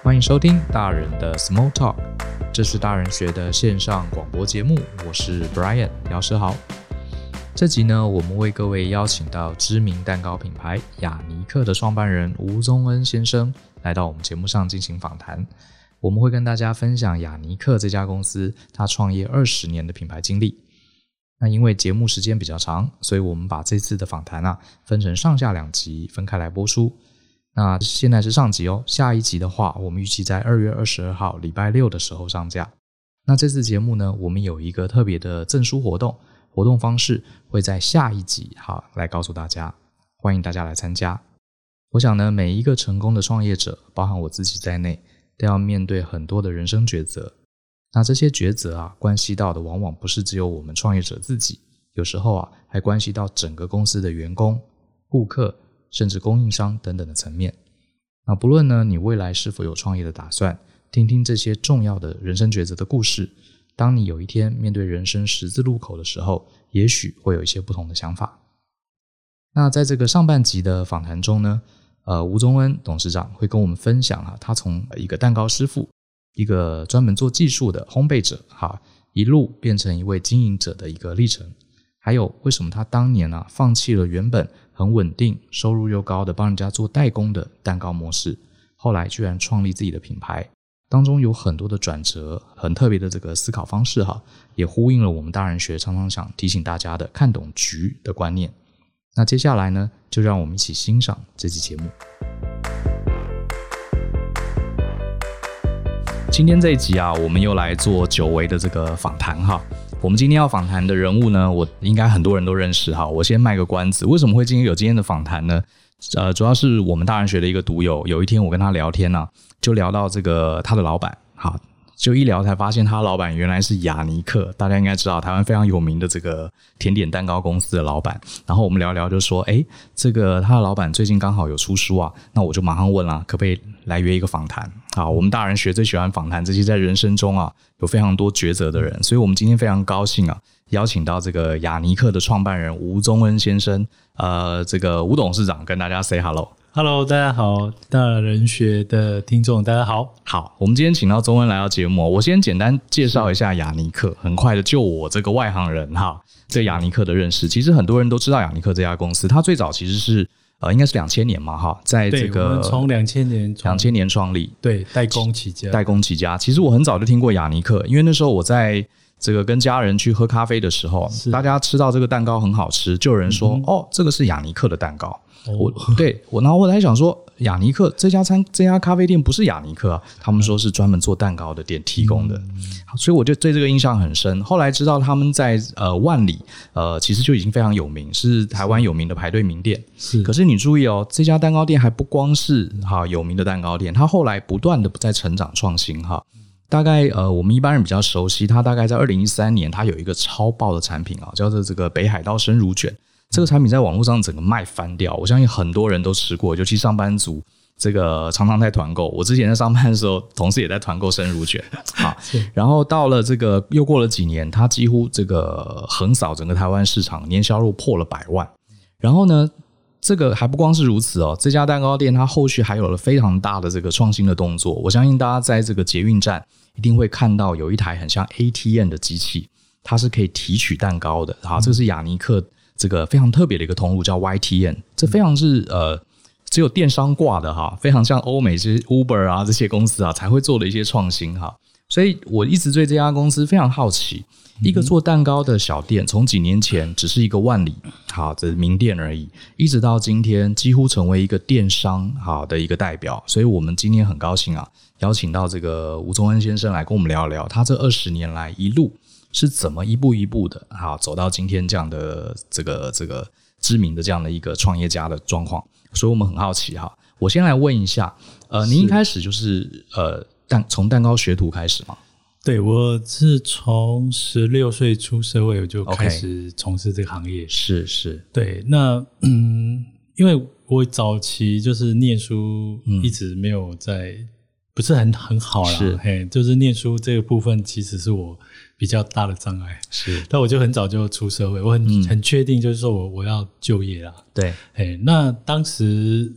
欢迎收听大人的 Small Talk， 这是大人学的线上广播节目，我是 Brian 姚诗豪。这集呢，我们为各位邀请到知名蛋糕品牌雅尼克的创办人吴宗恩先生来到我们节目上进行访谈。我们会跟大家分享雅尼克这家公司他创业20年的品牌经历。那因为节目时间比较长，所以我们把这次的访谈分成上下2集分开来播出。那现在是上集哦，下一集的话我们预计在2月22号礼拜六的时候上架。那这次节目呢，我们有一个特别的赠书活动，活动方式会在下一集来告诉大家，欢迎大家来参加。我想呢，每一个成功的创业者，包含我自己在内，都要面对很多的人生抉择。那这些抉择关系到的往往不是只有我们创业者自己，有时候还关系到整个公司的员工、顾客，甚至供应商等等的层面。那不论呢你未来是否有创业的打算，听听这些重要的人生抉择的故事，当你有一天面对人生十字路口的时候，也许会有一些不同的想法。那在这个上半集的访谈中呢，吴宗恩董事长会跟我们分享他从一个蛋糕师傅，一个专门做技术的烘焙者一路变成一位经营者的一个历程，还有为什么他当年放弃了原本很稳定收入又高的帮人家做代工的蛋糕模式，后来居然创立自己的品牌，当中有很多的转折，很特别的这个思考方式也呼应了我们大人学常常想提醒大家的看懂局的观念。那接下来呢，就让我们一起欣赏这期节目。今天这一集我们又来做久违的这个访谈我们今天要访谈的人物呢，我应该很多人都认识我先卖个关子，为什么会有今天的访谈呢？主要是我们大人学的一个读友，有一天我跟他聊天就聊到这个他的老板就一聊才发现他老板原来是雅尼克，大家应该知道台湾非常有名的这个甜点蛋糕公司的老板。然后我们聊聊就说这个他的老板最近刚好有出书那我就马上问可不可以来约一个访谈。我们大人学最喜欢访谈这些在人生中有非常多抉择的人，所以我们今天非常高兴邀请到这个雅尼克的创办人吴宗恩先生，这个吴董事长跟大家 say hello。Hello， 大家好，大人学的听众大家好。 好，我们今天请到宗恩来到节目，我先简单介绍一下雅尼克，很快的就我这个外行人对雅尼克的认识。其实很多人都知道雅尼克这家公司，它最早其实是应该是2000年嘛在这个我们从2000年创立， 对，代工起家。 其实我很早就听过雅尼克，因为那时候我在这个跟家人去喝咖啡的时候，大家吃到这个蛋糕很好吃，就有人说这个是雅尼克的蛋糕。然后我还想说，雅尼克这家咖啡店不是雅尼克他们说是专门做蛋糕的店提供的，所以我就对这个印象很深。后来知道他们在万里其实就已经非常有名，是台湾有名的排队名店。可是你注意这家蛋糕店还不光是有名的蛋糕店，它后来不断的在成长创新大概我们一般人比较熟悉，它大概在2013年它有一个超爆的产品叫做这个北海道生乳卷。这个产品在网络上整个卖翻掉，我相信很多人都吃过，尤其上班族这个常常在团购。我之前在上班的时候，同事也在团购生乳卷然后到了这个又过了几年，它几乎这个横扫整个台湾市场，年销路破了100万。然后呢，这个还不光是如此这家蛋糕店它后续还有了非常大的这个创新的动作。我相信大家在这个捷运站一定会看到有一台很像 ATM 的机器，它是可以提取蛋糕的这是雅尼克这个非常特别的一个通路叫 YTN， 这非常是只有电商挂的非常像欧美这些 Uber 这些公司才会做的一些创新所以我一直对这家公司非常好奇，一个做蛋糕的小店，从几年前只是一个万里的名店而已，一直到今天几乎成为一个电商的一个代表。所以我们今天很高兴邀请到这个吴宗恩先生来跟我们聊聊他这20年来一路是怎么一步一步的走到今天这样的这个知名的这样的一个创业家的状况。所以我们很好奇我先来问一下您一开始就是从蛋糕学徒开始吗？ 对，我是从16岁出社会我就开始从事这个行业。 是对，那因为我早期就是念书一直没有不是很好啦，就是念书这个部分其实是我比较大的障碍。是，但我就很早就出社会，我很确定就是说我要就业啦。 对， 那当时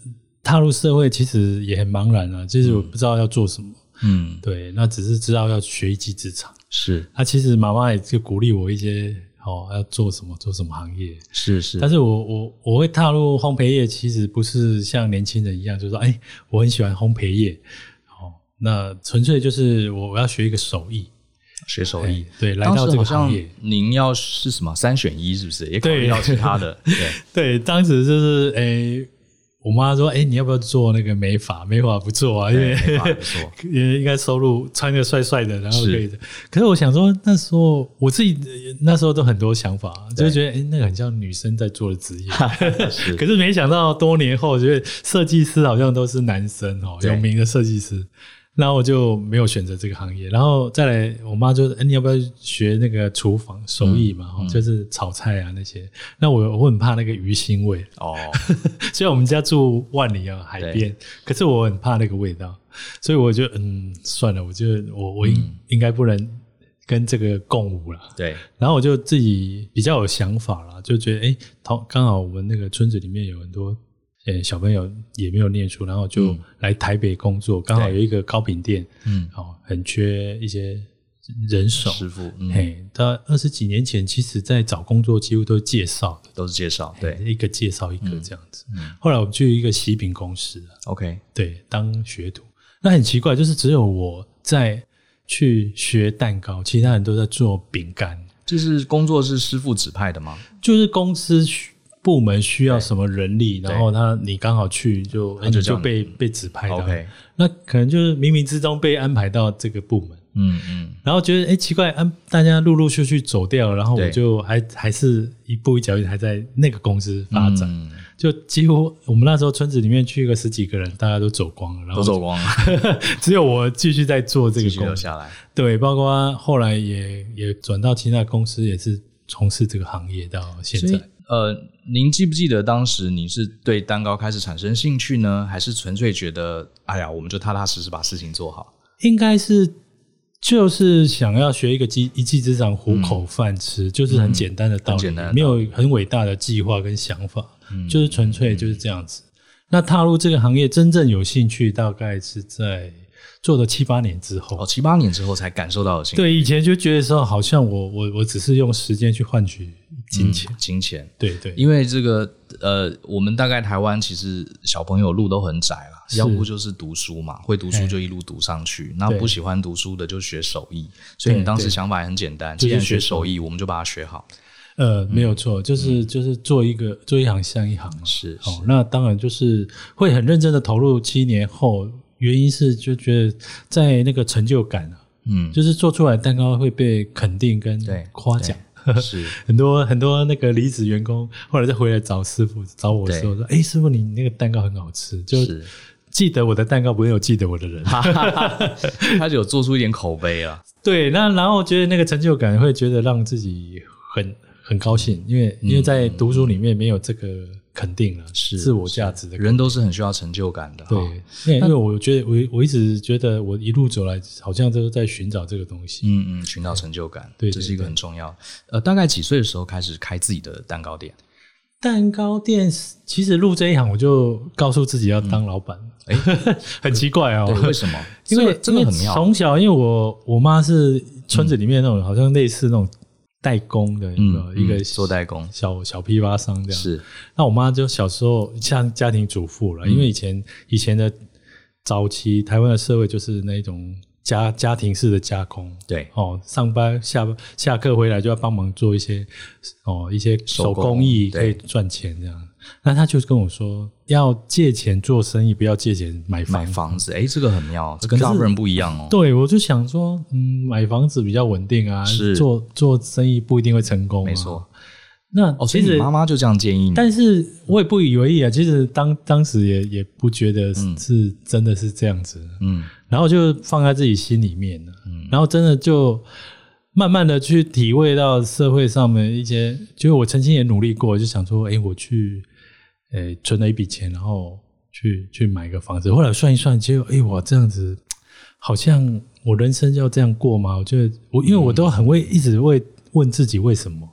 踏入社会其实也很茫然啊，就是我不知道要做什么。对，那只是知道要学一技之长。 是， 其实妈妈也就鼓励我一些要做什么行业。是，但是我会踏入烘焙业，其实不是像年轻人一样，就是说我很喜欢烘焙业。那纯粹就是我要学一个手艺。 学手艺， 对，来到这个行业， 您要是什么3选1，是不是？也考虑到其他的， 对，当时就是我妈说，你要不要做那个美发？美发不错啊，因为美发不错， 应该收入穿个帅帅的，然后可以的。可是我想说，那时候我自己那时候都很多有想法，就觉得那个很像女生在做的职业。可是没想到多年后，觉得设计师好像都是男生有名的设计师。然后我就没有选择这个行业，然后再来我妈就你要不要学那个厨房手艺嘛，就是炒菜啊那些。那我很怕那个鱼腥味虽然我们家住万里海边，可是我很怕那个味道，所以我就算了，我觉得我应该不能跟这个共舞了。对，然后我就自己比较有想法啦，就觉得刚好我们那个村子里面有很多小朋友也没有念书，然后就来台北工作，刚好有一个糕饼店，很缺一些人手师傅。 到20几年前，其实在找工作几乎都是介绍的， 都是介绍，对， 一个介绍一个这样子。后来我们去一个喜饼公司 ，OK， 对，当学徒。那很奇怪，就是只有我在去学蛋糕，其他人都在做饼干。 就是工作是师傅指派的吗？ 就是公司部门需要什么人力，然后你刚好去就被指派到，那可能就是冥冥之中被安排到这个部门，然后觉得奇怪，大家陆陆续续走掉了，然后我就还是一步一脚印还在那个公司发展，就几乎我们那时候村子里面去个10几个人，大家都走光了，然后都走光了， 只有我继续在做这个工作下来， 对，包括后来也转到其他公司，也是从事这个行业到现在。 您记不记得当时你是对蛋糕开始产生兴趣呢，还是纯粹觉得我们就踏踏实实把事情做好？ 应该是就是想要学一技之长，糊口饭吃，就是很简单的道理，没有很伟大的计划跟想法，就是纯粹就是这样子。那踏入这个行业真正有兴趣，大概是在做了7、8年之后 ，7、8年之后才感受到的兴趣。 对，以前就觉得说好像我只是用时间去换取金钱，对，因为这个我们大概台湾其实小朋友路都很窄啦，要不就是读书嘛，会读书就一路读上去，那不喜欢读书的就学手艺，所以你当时想法也很简单，既然学手艺，我们就把它学好。 没有错，就是做一行像一行嘛。是那当然就是会很认真的投入7年后，原因是就觉得在那个成就感就是做出来的蛋糕会被肯定跟夸奖。是很多那个离职员工后来再回来找师傅找我的时候说，师傅你那个蛋糕很好吃，就是记得我的蛋糕不会有记得我的人他就有做出一点口碑了。 对，那然后觉得那个成就感会觉得让自己很高兴，因为在读书里面没有这个肯定了，是自我价值的人都是很需要成就感的。 对，因为我觉得我一直觉得我一路走来好像都在寻找这个东西， 寻找成就感， 对， 这是一个很重要的。大概几岁的时候开始开自己的蛋糕店？ 蛋糕店其实入这一行我就告诉自己要当老板，很奇怪哦。 对，为什么？ 因为这个很妙。 从小因为我妈是村子里面那种好像类似那种代工的一个做代工小批发商这样。 是， 那我妈就小时候像家庭主妇了，因为以前的早期台湾的社会就是那种家庭式的加工， 对上班下课回来就要帮忙做一些手工艺可以赚钱这样。那他就跟我说要借钱做生意，不要借钱买房子。 这个很妙，这跟大部分人不一样哦。 对，我就想说买房子比较稳定啊，做生意不一定会成功没错。 那所以你妈妈就这样建议你， 但是我也不以为意啊。其实当时也不觉得是真的是这样子，然后就放在自己心里面了，然后真的就慢慢的去体会到社会上面一些，就是我曾经也努力过，就想说，我去存了一笔钱，然后去买个房子。后来算一算，结果我这样子好像我人生要这样过吗？我觉得因为我都一直会问自己为什么。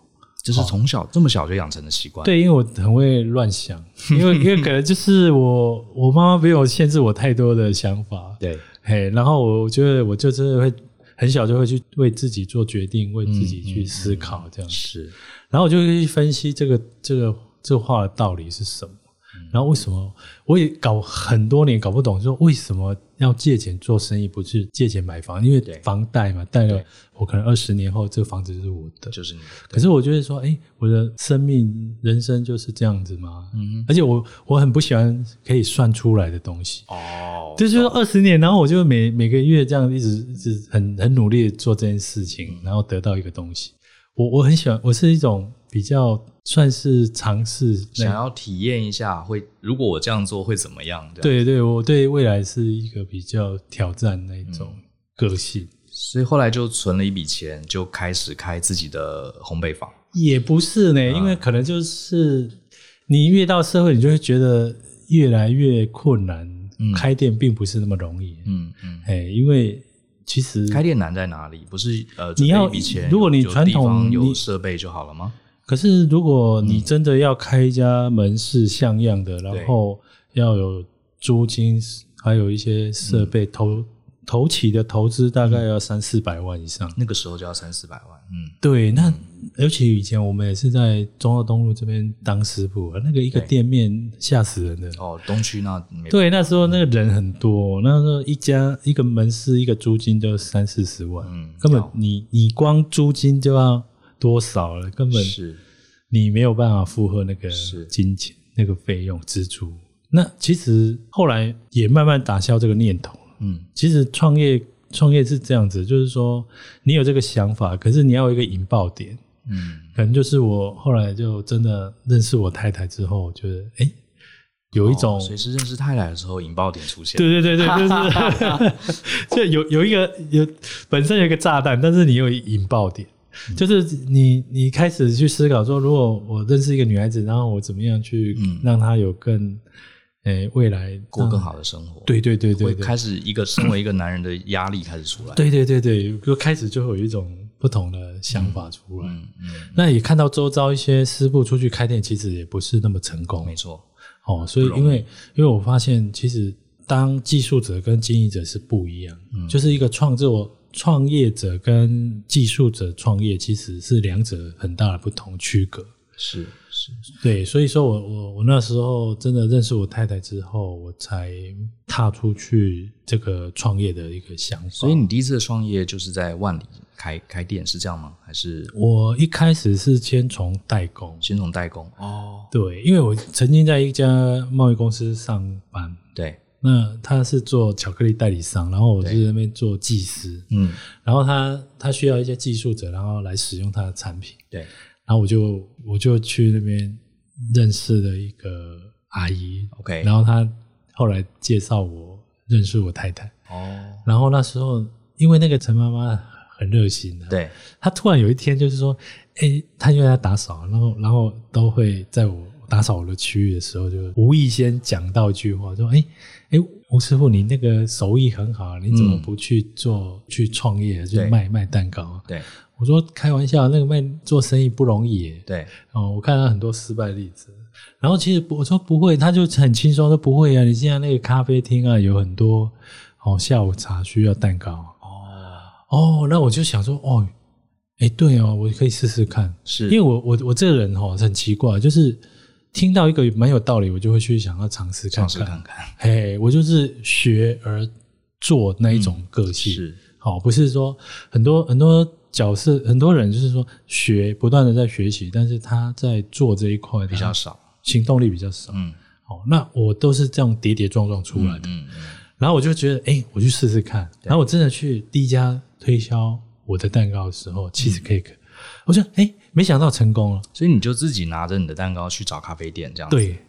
就是从小这么小就养成的习惯。 对，因为我很会乱想，因为可能就是我妈妈没有限制我太多的想法。 对， 然后我觉得我就真的会很小就会去为自己做决定，为自己去思考这样子。 是， 然后我就会去分析这个话的道理是什么。然后为什么我也搞很多年搞不懂，说为什么要借钱做生意，不是借钱买房？因为房贷嘛，贷了我可能20年后这个房子就是我的， 就是你的。 可是我就会说，我的生命人生就是这样子吗？而且我很不喜欢可以算出来的东西。就是说20年，然后我就每个月这样一直很努力的做这件事情，然后得到一个东西。我很喜欢，我是一种比较算是尝试， 想要体验一下如果我这样做会怎么样。 对对，我对未来是一个比较挑战那种个性。 所以后来就存了一笔钱，就开始开自己的烘焙坊。 也不是呢，因为可能就是你越到社会，你就会觉得越来越困难，开店并不是那么容易。因为其实开店难在哪里？不是你要准备一笔钱， 如果你传统有设备就好了吗？ 可是如果你真的要开一家门市像样的，然后要有租金，还有一些设备，头期的投资大概要300-400万以上。 那个时候就要300-400万。 对，那尤其以前我们也是在中二东路这边当师傅，那个一个店面吓死人的。 东区那对，那时候那个人很多，那时候一个门市一个租金就30-40万，根本你光租金就要多少了，根本是你没有办法负荷那个金钱那个费用支出。那其实后来也慢慢打消这个念头。其实创业是这样子，就是说你有这个想法，可是你要有一个引爆点。可能就是我后来就真的认识我太太之后，我觉得有一种所以是认识太太的时候引爆点出现。 对，就是就有一个本身有一个炸弹，但是你有引爆点。就是你开始去思考说，如果我认识一个女孩子，然后我怎么样去让她有更未来过更好的生活。 对， 会开始身为一个男人的压力开始出来。 对，就开始就会有一种不同的想法出来。那也看到周遭一些师傅出去开店，其实也不是那么成功。 没错。 所以因为我发现，其实当技术者跟经营者是不一样。就是一个创业者跟技术者创业，其实是两者很大的不同区隔。 是， 对，所以说我那时候真的认识我太太之后，我才踏出去这个创业的一个想法。 所以你第一次的创业就是在万里开店是这样吗？还是我一开始是先从代工？对，因为我曾经在一家贸易公司上班。 对， 那他是做巧克力代理商，然后我是在那边做技师。然后他需要一些技术者，然后来使用他的产品。 对。 然后我就去那边认识了一个阿姨。 OK。 然后她后来介绍我认识我太太。然后那时候因为那个陈妈妈很热心。 对。 她突然有一天就是说，她因为她打扫，然后都会在我打扫我的区域的时候，就无意间讲到一句话，说吴师傅，你那个手艺很好，你怎么不去创业，就卖蛋糕？ 对。 我说开玩笑，那个做生意不容易耶。 对。 我看到很多失败例子。然后其实我说不会，他就很轻松，说不会啊，你现在那个咖啡厅啊，有很多下午茶需要蛋糕。那我就想说对哦，我可以试试看。 是因为我这个人很奇怪，就是听到一个蛮有道理，我就会去想要尝试看看。我就是学而做那一种个性。 是。 不是说很多角色，很多人就是说不断的在学习，但是他在做这一块比较少， 行动力比较少。那我都是这样跌跌撞撞出来的。然后我就觉得我去试试看。然后我真的去第一家推销我的蛋糕的时候，cheese cake，我就没想到成功了。 所以你就自己拿着你的蛋糕去找咖啡店这样子。 对。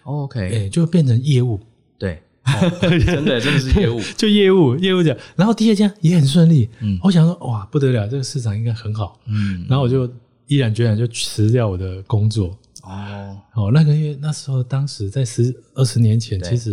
OK。 就变成业务。 对。真的是业务。 就业务这样。然后第二家也很顺利。我想说哇不得了，这个市场应该很好。然后我就毅然决然就辞掉我的工作。那个因为那时候当时在20年前，其实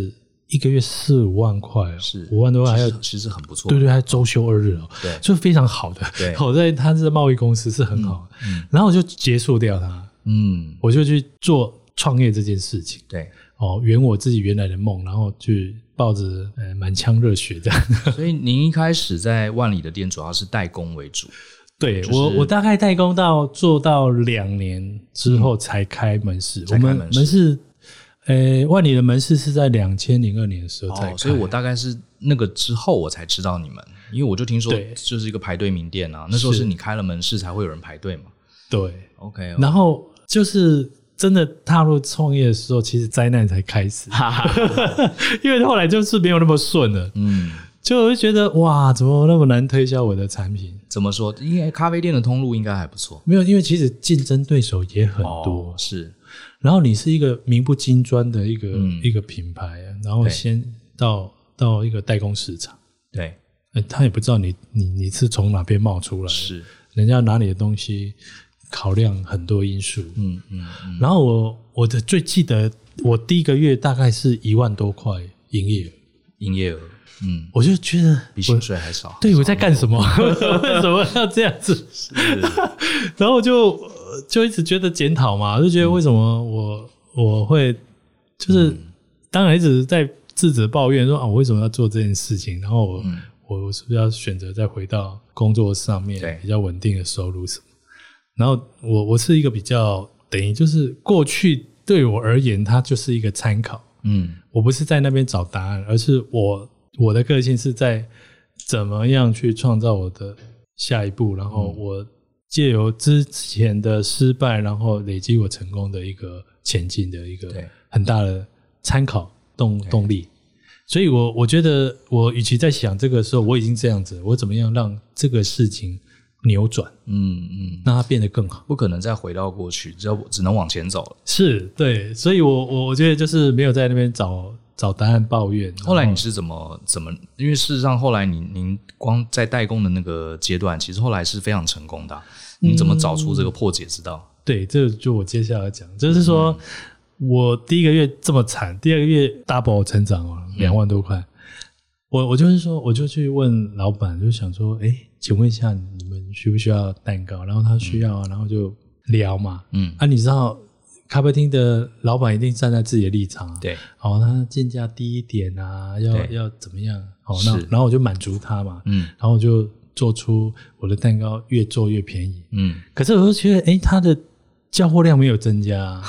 一个月4-5万块， 是 5万多块，还有其实很不错， 对，还周休2日对， 就非常好的。 对， 我在他这贸易公司是很好的，然后我就结束掉它，我就去做创业这件事情， 对， 圆我自己原来的梦，然后去抱着满腔热血这样。 所以您一开始在万里的店主要是代工为主。 对，我大概代工做到2年之后才开门市。我们门市，万里的门市是在2002年的时候才开， 所以我大概是那个之后我才知道你们，因为我就听说就是一个排队名店啊，那时候是你开了门市才会有人排队嘛。 对 ，OK， 然后就是真的踏入创业的时候，其实灾难才开始，因为后来就是没有那么顺了，就我就觉得哇，怎么那么难推销我的产品？ 怎么说？因为咖啡店的通路应该还不错。 没有，因为其实竞争对手也很多， 是。 然后你是一个名不经传的一个品牌，然后先到一个代工市场， 对， 他也不知道你是从哪边冒出来， 是， 人家拿你的东西考量很多因素，然后我最记得我第一个月大概是1万多块营业额。我就觉得比薪水还少。 对，我在干什么？为什么要这样子？然后就一直觉得检讨嘛，就觉得为什么我会就是当然一直在自责抱怨说我为什么要做这件事情？然后我是不是要选择再回到工作上面比较稳定的收入什么？然后我是一个比较等于就是过去对我而言，它就是一个参考。我不是在那边找答案，而是我的个性是在怎么样去创造我的下一步，然后我借由之前的失败，然后累积我成功的一个前进的一个很大的参考动力。所以我觉得我与其在想这个时候我已经这样子，我怎么样让这个事情扭转，让它变得更好， 不可能再回到过去，只能往前走了。 是，对，所以我觉得就是没有在那边找答案抱怨。 后来你是怎么？因为事实上后来您光在代工的那个阶段，其实后来是非常成功的你怎么找出这个破解之道？ 对，这就我接下来讲，就是说我第一个月这么惨，第二个月 double 成长2万多块。我就是说，我就去问老板，就想说，请问一下你们需不需要蛋糕？然后他需要然后就聊嘛。你知道咖啡厅的老板一定站在自己的立场， 对， 他进价低一点要怎么样？然后我就满足他嘛，然后我就做出我的蛋糕越做越便宜，可是我就觉得，他的交货量没有增加，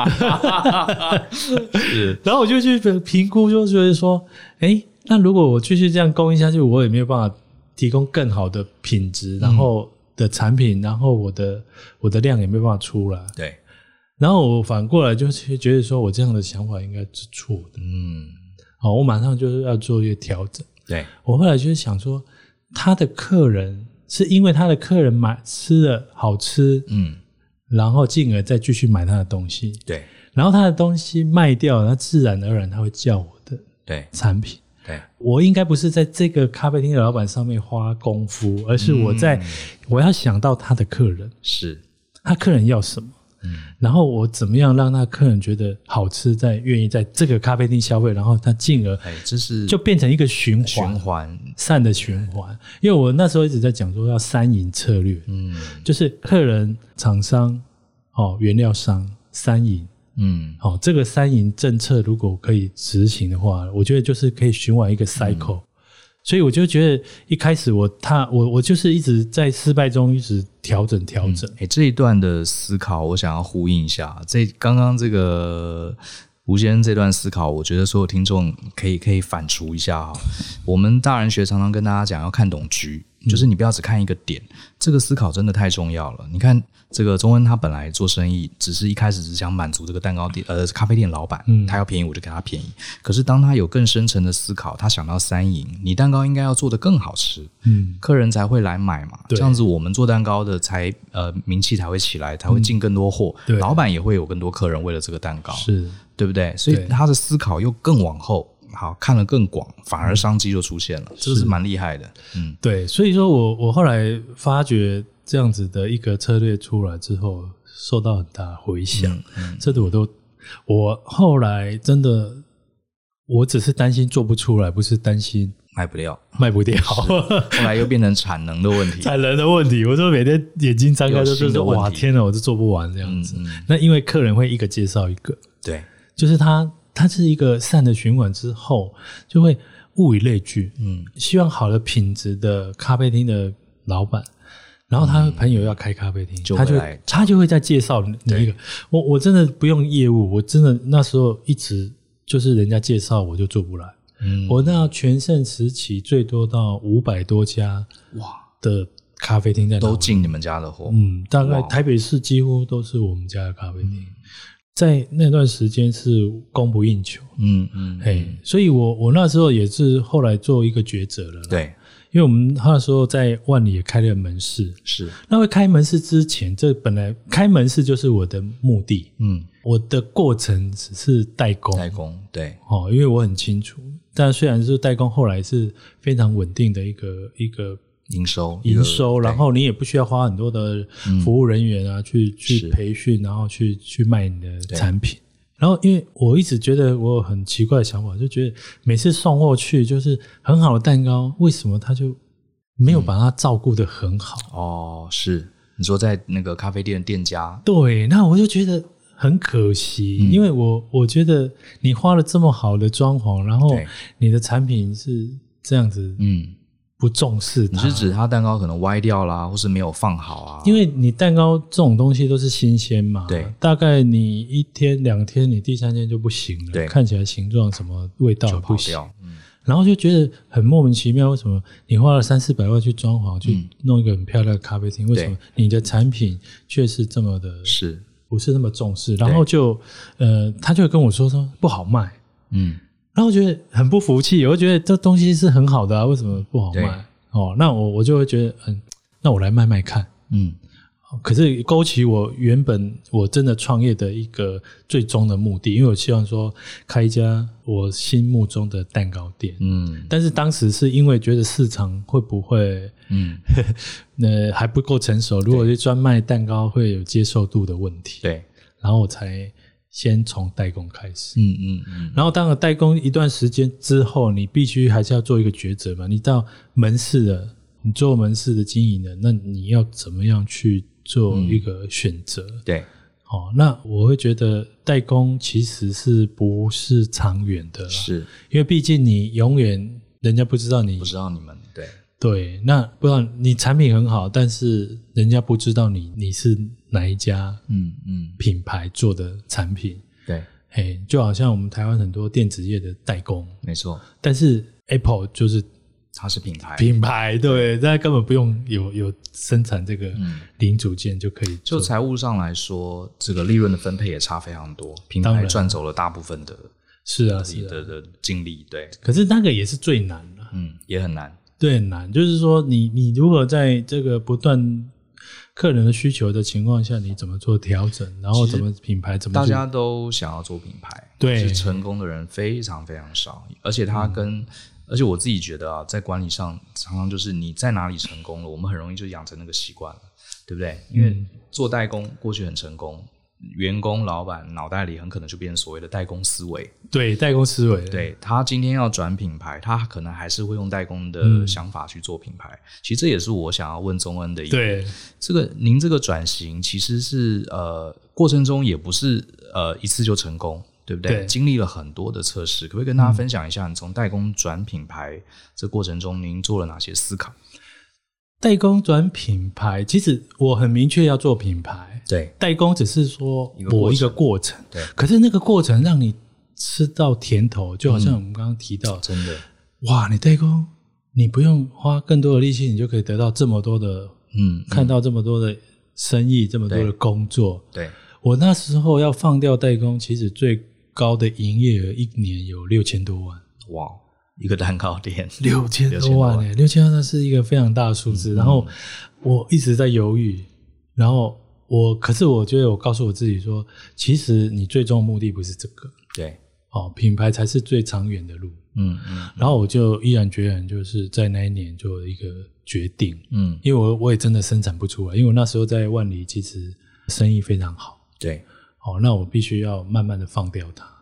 是，然后我就去评估，就觉得说，那如果我继续这样供应下去，我也没有办法提供更好的品质，然后的产品，然后我的量也没有办法出来， 对。 然后我反过来就觉得说我这样的想法应该是错的，我马上就是要做一个调整。 对， 我后来就是想说，他的客人是因为他的客人吃了好吃，然后进而再继续买他的东西， 对， 然后他的东西卖掉，他自然而然他会叫我的产品。 对， 我应该不是在这个咖啡厅的老板上面花功夫，而是我要想到他的客人， 是他客人要什么，然后我怎么样让那客人觉得好吃，再愿意在这个咖啡厅消费，然后他进而这是就变成一个循环善的循环。因为我那时候一直在讲说要3赢策略，就是客人、厂商、原料商3赢。这个3赢政策如果可以执行的话，我觉得就是可以循环一个 cycle。所以我就觉得一开始我就是一直在失败中一直调整。 这一段的思考我想要呼应一下，刚刚这个吴先生这段思考，我觉得所有听众可以反刍一下我们大人学常常跟大家讲要看懂局，就是你不要只看一个点，这个思考真的太重要了。你看这个钟恩他本来做生意只是一开始只想满足这个蛋糕店咖啡店老板，他要便宜我就给他便宜。可是当他有更深层的思考，他想到3赢，你蛋糕应该要做得更好吃，客人才会来买嘛。这样子我们做蛋糕的才名气才会起来，才会进更多货，老板也会有更多客人为了这个蛋糕， 是对不对？所以他的思考又更往后，好看得更广，反而商机就出现了，这是蛮厉害的。 对，所以说我后来发觉这样子的一个策略出来之后，受到很大回响。这个我后来真的， 我只是担心做不出来，不是担心卖不掉。 后来又变成产能的问题。 产能的问题，我说每天眼睛张开都是说哇天哪，我就做不完这样子。那因为客人会一个介绍一个， 对， 就是他是一个善的循环之后，就会物以类聚。希望好的品质的咖啡厅的老板，然后他朋友要开咖啡厅，他就会再介绍你一个。我真的不用业务，我真的那时候一直就是人家介绍我就做不来。我那全盛时期最多到500多家的咖啡厅在都进你们家的货。 大概台北市几乎都是我们家的咖啡厅。在那段时间是供不应求。所以我那时候也是后来做一个抉择了啦。 对， 因为我们那时候在万里也开了门市。是，那会开门市之前，这本来开门市就是我的目的。我的过程只是代工。对。因为我很清楚，但虽然是代工，后来是非常稳定的一个营收，然后你也不需要花很多的服务人员啊，去培训，然后去卖你的产品。然后因为我一直觉得我有很奇怪的想法，就觉得每次送货去就是很好的蛋糕，为什么他就没有把它照顾得很好？ 是你说在那个咖啡店的店家？ 对，那我就觉得很可惜。因为我觉得你花了这么好的装潢，然后你的产品是这样子，不重视它。 你是指它蛋糕可能歪掉啦，或是没有放好啊？ 因为你蛋糕这种东西都是新鲜嘛，对，大概你1天2天，你第3天就不行了，对，看起来形状什么味道不行，然后就觉得很莫名其妙，为什么你花了300-400万去装潢，去弄一个很漂亮的咖啡厅，为什么你的产品却是这么的不是那么重视？然后就他就跟我说不好卖，然后我觉得很不服气，我觉得这东西是很好的啊，为什么不好卖？那我就会觉得那我来卖卖看。可是勾起我原本我真的创业的一个最终的目的，因为我希望说开一家我心目中的蛋糕店。但是当时是因为觉得市场会不会还不够成熟，如果是专卖蛋糕会有接受度的问题。对，然后我才先从代工开始。然后当了代工一段时间之后，你必须还是要做一个抉择嘛。你到门市了，你做门市的经营了，那你要怎么样去做一个选择？对，那我会觉得代工其实是不是长远的啦，是因为毕竟你永远人家不知道你们，对，那不知道你产品很好，但是人家不知道你是哪一家品牌做的产品。对，就好像我们台湾很多电子业的代工，没错，但是 Apple 就是它是品牌， 对，大家根本不用有生产这个零组件就可以做。 就财务上来说，这个利润的分配也差非常多，品牌赚走了大部分的的精力。对， 可是那个也是最难的， 也很难。 对，很难。就是说你如果在这个不断客人的需求的情况下，你怎么做调整，然后怎么品牌怎么大家都想要做品牌，对，是成功的人非常非常少，而且而且我自己觉得啊，在管理上常常就是你在哪里成功了，我们很容易就养成那个习惯了，对不对？因为做代工过去很成功，员工老板脑袋里很可能就变成所谓的代工思维。 对，代工思维， 对，他今天要转品牌，他可能还是会用代工的想法去做品牌。其实这也是我想要问宗恩的一个，对，您这个转型其实是过程中也不是一次就成功，对不对？对，经历了很多的测试，可不可以跟大家分享一下，你从代工转品牌这过程中您做了哪些思考？ 代工转品牌，其实我很明确要做品牌，对，代工只是说我一个过程，对，可是那个过程让你吃到甜头，就好像我们刚刚提到，真的，哇，你代工，你不用花更多的力气，你就可以得到这么多的，看到这么多的生意，这么多的工作，对，我那时候要放掉代工，其实最高的营业额一年有6000多万， 哇，一个蛋糕店 6000多万，6000万那是一个非常大的数字。然后我一直在犹豫，然后可是我觉得我告诉我自己说，其实你最终的目的不是这个，对，品牌才是最长远的路。然后我就毅然决然就是在那一年就有一个决定，因为我也真的生产不出来，因为我那时候在万里其实生意非常好，对，那我必须要慢慢的放掉它。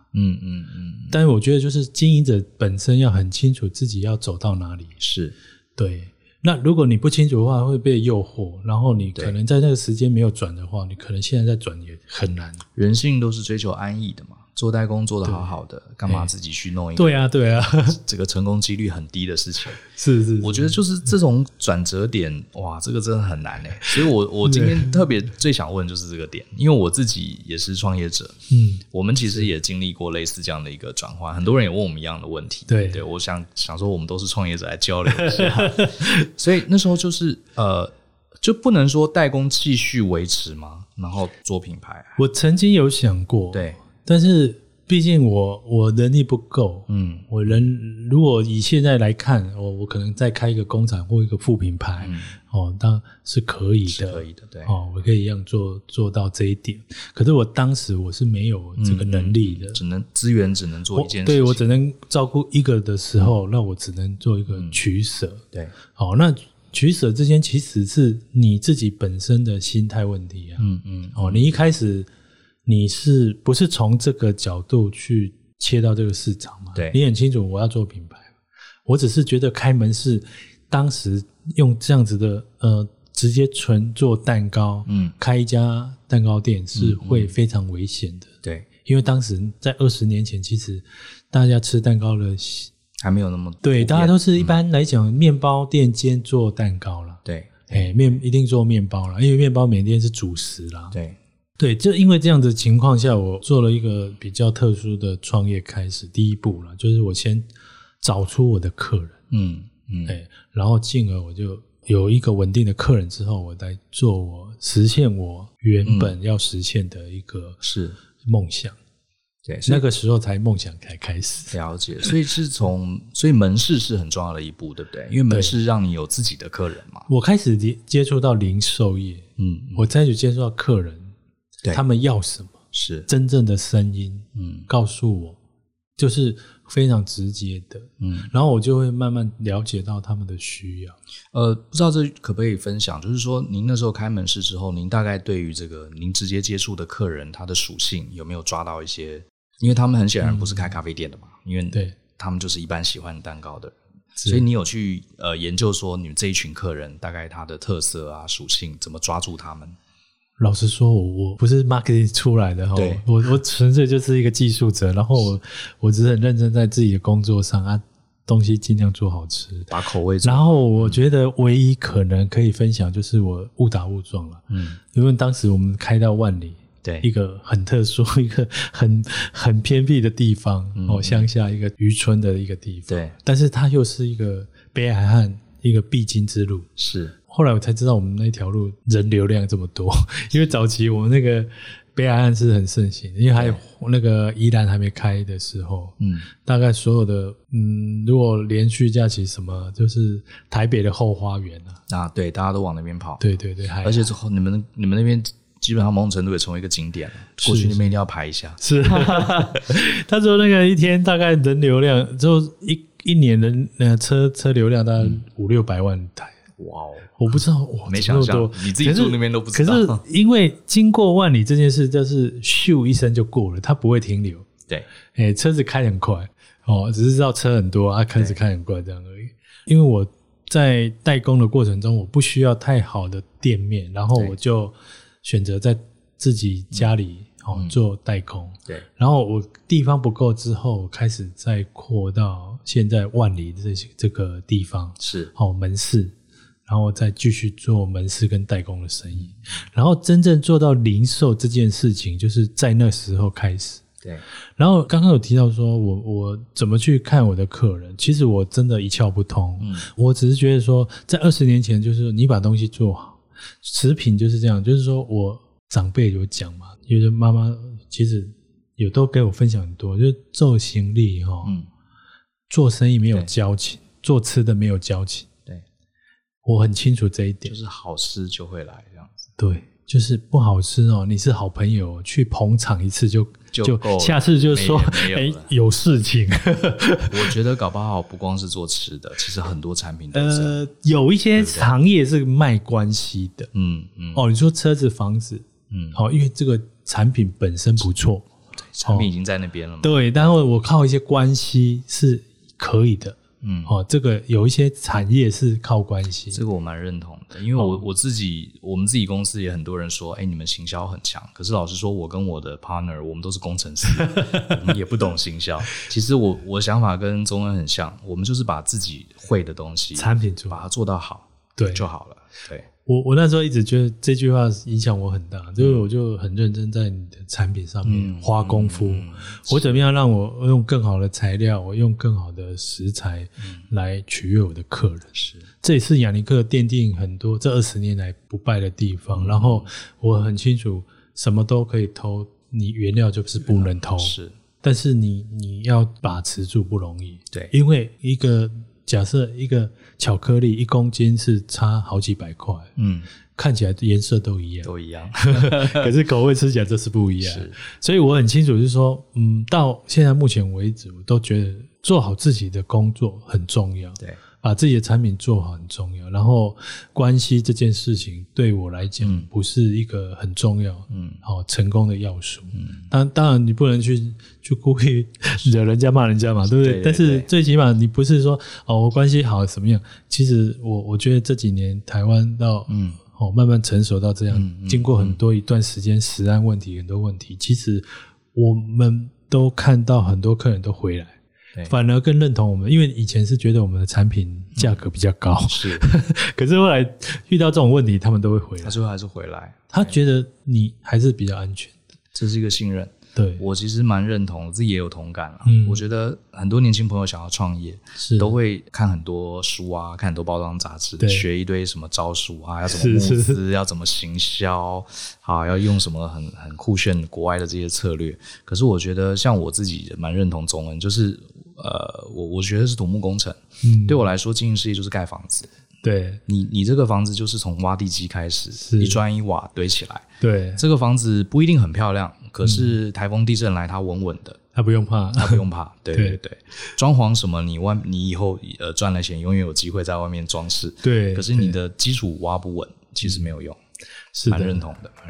但是我觉得就是经营者本身要很清楚自己要走到哪里， 是对。那如果你不清楚的话会被诱惑，然后你可能在那个时间没有转的话，你可能现在再转也很难。 人性都是追求安逸的嘛，做代工做得好好的，干嘛自己去弄一个对啊这个成功几率很低的事情。 是我觉得就是这种转折点，哇，这个真的很难欸。所以我今天特别最想问就是这个点，因为我自己也是创业者，我们其实也经历过类似这样的一个转换，很多人也问我们一样的问题。对，我想说我们都是创业者来交流一下。所以那时候就是就不能说代工继续维持吗？然后做品牌？ 我曾经有想过，对，但是毕竟我能力不够，我如果以现在来看，我可能再开一个工厂或一个副品牌，当然是可以的， 是可以的，对， 我可以一样做到这一点。可是我当时我是没有这个能力的， 资源只能做一件事情， 对，我只能照顾一个的时候，那我只能做一个取舍， 对， 那取舍之间其实是你自己本身的心态问题啊，你一开始你是不是从这个角度去切到这个市场嘛？对，你很清楚我要做品牌，我只是觉得开门市当时用这样子的直接纯做蛋糕，开一家蛋糕店是会非常危险的， 对， 因为当时在20年前，其实大家吃蛋糕的还没有那么对，大家都是一般来讲面包店兼做蛋糕啦， 对， 一定做面包啦，因为面包每天是主食啦，对，就因为这样的情况下，我做了一个比较特殊的创业开始，第一步啦，就是我先找出我的客人，然后进而我就有一个稳定的客人之后，我来实现我原本要实现的一个梦想。对，那个时候梦想才开始。 了解，所以门市是很重要的一步，对不对？因为门市让你有自己的客人嘛。 我开始接触到零售业，我开始接触到客人，他们要什么，是真正的声音，告诉我，就是非常直接的，然后我就会慢慢了解到他们的需要。 不知道这可不可以分享，就是说您那时候开门市之后，您大概对于这个您直接接触的客人他的属性有没有抓到一些？因为他们很显然不是开咖啡店的嘛，因为他们就是一般喜欢蛋糕的人，所以你有去研究说你们这一群客人大概他的特色啊属性怎么抓住他们？ 老实说我不是 marketing 出来的，我纯粹就是一个技术者，然后我只是很认真在自己的工作上东西尽量做好吃， 把口味做好。 然后我觉得唯一可能可以分享就是我误打误撞了，因为当时我们开到万里，对，一个很特殊一个很偏僻的地方，乡下一个渔村的一个地方，对，但是它又是一个北海岸一个必经之路，是。后来我才知道我们那条路人流量这么多，因为早期我们那个北海岸是很盛行的，因为还有那个宜兰还没开的时候，大概所有的如果连续假期什么，就是台北的后花园啊， 对，大家都往那边跑， 对， 而且你们那边基本上某种程度也成为一个景点了，过去那边一定要排一下。 是，他说那个一天大概人流量就一年的车流量大概500-600万台。哇哦！我不知道， 没想象，你自己住那边都不知道。 可是因为经过万里这件事，就是咻一声就过了，它不会停留。对，车子开很快只是知道车很多开始开很快这样而已。因为我在代工的过程中，我不需要太好的店面，然后我就选择在自己家里做代工。对，然后我地方不够之后，开始再扩到现在万里这个地方是门市。然后再继续做门市跟代工的生意，然后真正做到零售这件事情，就是在那时候开始。对，然后刚刚有提到说我怎么去看我的客人，其实我真的一窍不通。我只是觉得说，在20年前，就是你把东西做好，食品就是这样，就是说我长辈有讲嘛，因为妈妈其实有都跟我分享很多，就是做行李做生意没有交情，做吃的没有交情。我很清楚这一点， 就是好吃就会来这样子。 对，就是不好吃你是好朋友去捧场一次就下次就说有事情。 我觉得搞不好不光是做吃的，其实很多产品都是有一些行业是卖关系的。你说车子房子因为这个产品本身不错， 产品已经在那边了嘛。 对，然后我靠一些关系是可以的。这个有一些产业是靠关系， 这个我蛮认同的，因为我们自己公司也很多人说，你们行销很强，可是老实说，我跟我的 partner 我们都是工程师，我们也不懂行销。其实我想法跟宗恩很像，我们就是把自己会的东西， 产品把它做到好， 对就好了。对。 我那时候一直觉得这句话影响我很大，就是我就很认真在你的产品上面花功夫，我怎么样让我用更好的材料，我用更好的食材来取悦我的客人。这也是雅尼克奠定很多这20年来不败的地方。然后我很清楚什么都可以偷，你原料就是不能偷，但是你要把持住不容易。 对， 因为假设一个巧克力1公斤是差好几百块，看起来颜色都一样，可是口味吃起来就是不一样。所以我很清楚就是说，到现在目前为止，我都觉得做好自己的工作很重要。对，把自己的产品做好很重要，然后关系这件事情对我来讲不是一个很重要成功的要素。当然你不能去故意惹人家骂人家嘛，对不对？但是最起码你不是说我关系好什么样。其实我觉得这几年台湾到慢慢成熟到这样，经过一段时间食安问题很多问题，其实我们都看到很多客人都回来，反而更认同我们，因为以前是觉得我们的产品价格比较高，可是后来遇到这种问题他们都会回来， 他最后还是回来， 他觉得你还是比较安全的， 这是一个信任。 对， 我其实蛮认同，自己也有同感啦。我觉得很多年轻朋友想要创业，都会看很多书啊，看很多包装杂志，学一堆什么招数啊，要怎么募资，要怎么行销，要用什么很酷炫国外的这些策略。可是我觉得像我自己蛮认同宗恩，就是我觉得是土木工程，对我来说经营事业就是盖房子。 对， 你这个房子就是从挖地基开始，一砖一瓦堆起来。 对， 这个房子不一定很漂亮，可是台风地震来它稳稳的， 它不用怕， 对，装潢什么你以后赚了钱永远有机会在外面装饰。 对， 可是你的基础挖不稳，其实没有用。 是的， 蛮认同的。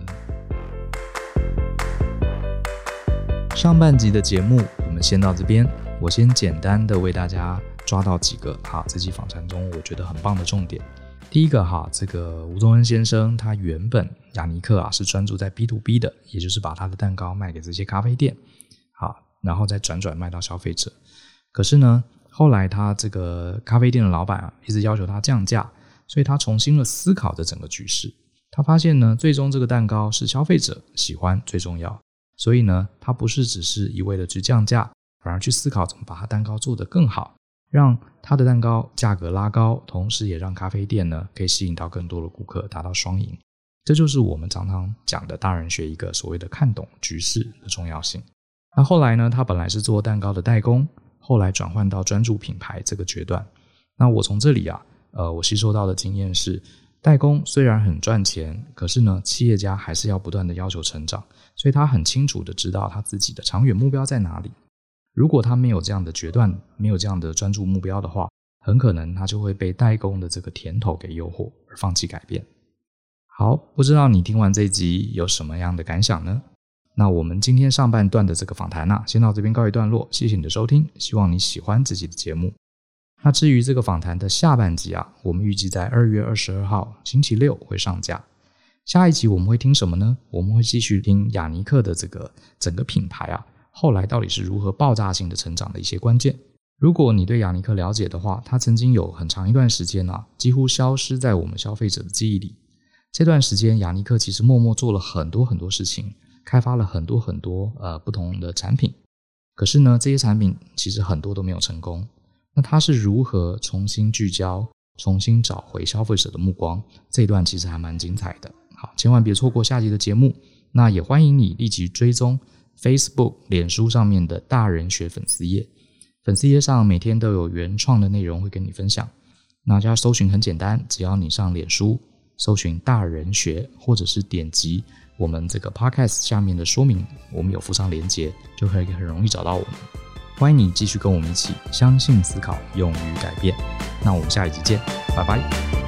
上半集的节目我们先到这边，我先简单的为大家抓到几个这期访谈中我觉得很棒的重点。第一个这个吴宗恩先生他原本雅尼克是专注在 B2B 的，也就是把他的蛋糕卖给这些咖啡店，然后再转卖到消费者。可是呢，后来他这个咖啡店的老板一直要求他降价，所以他重新了思考这整个局势。他发现呢，最终这个蛋糕是消费者喜欢最重要，所以呢，他不是只是一味的去降价，反而去思考怎么把他蛋糕做得更好，让他的蛋糕价格拉高，同时也让咖啡店呢可以吸引到更多的顾客，达到双赢。这就是我们常常讲的大人学一个所谓的看懂局势的重要性。那后来呢，他本来是做蛋糕的代工，后来转换到专注品牌这个阶段。那我从这里我吸收到的经验是，代工虽然很赚钱，可是呢，企业家还是要不断的要求成长，所以他很清楚的知道他自己的长远目标在哪里。如果他没有这样的决断，没有这样的专注目标的话，很可能他就会被代工的这个甜头给诱惑，而放弃改变。好，不知道你听完这一集有什么样的感想呢？那我们今天上半段的这个访谈先到这边告一段落，谢谢你的收听，希望你喜欢这集的节目。那至于这个访谈的下半集我们预计在2月22号星期六会上架。下一集我们会听什么呢？我们会继续听雅尼克的这个整个品牌后来到底是如何爆炸性的成长的一些关键。如果你对雅尼克了解的话，他曾经有很长一段时间几乎消失在我们消费者的记忆里。这段时间雅尼克其实默默做了很多很多事情，开发了很多很多不同的产品，可是呢，这些产品其实很多都没有成功。那他是如何重新聚焦，重新找回消费者的目光？这一段其实还蛮精彩的。好，千万别错过下集的节目。那也欢迎你立即追踪 Facebook 脸书上面的大人学粉丝页，粉丝页上每天都有原创的内容会跟你分享。那家搜寻很简单，只要你上脸书搜寻大人学，或者是点击我们这个 Podcast 下面的说明，我们有附上连结，就可以很容易找到我们。欢迎你继续跟我们一起相信思考，勇于改变。那我们下一集见，拜拜。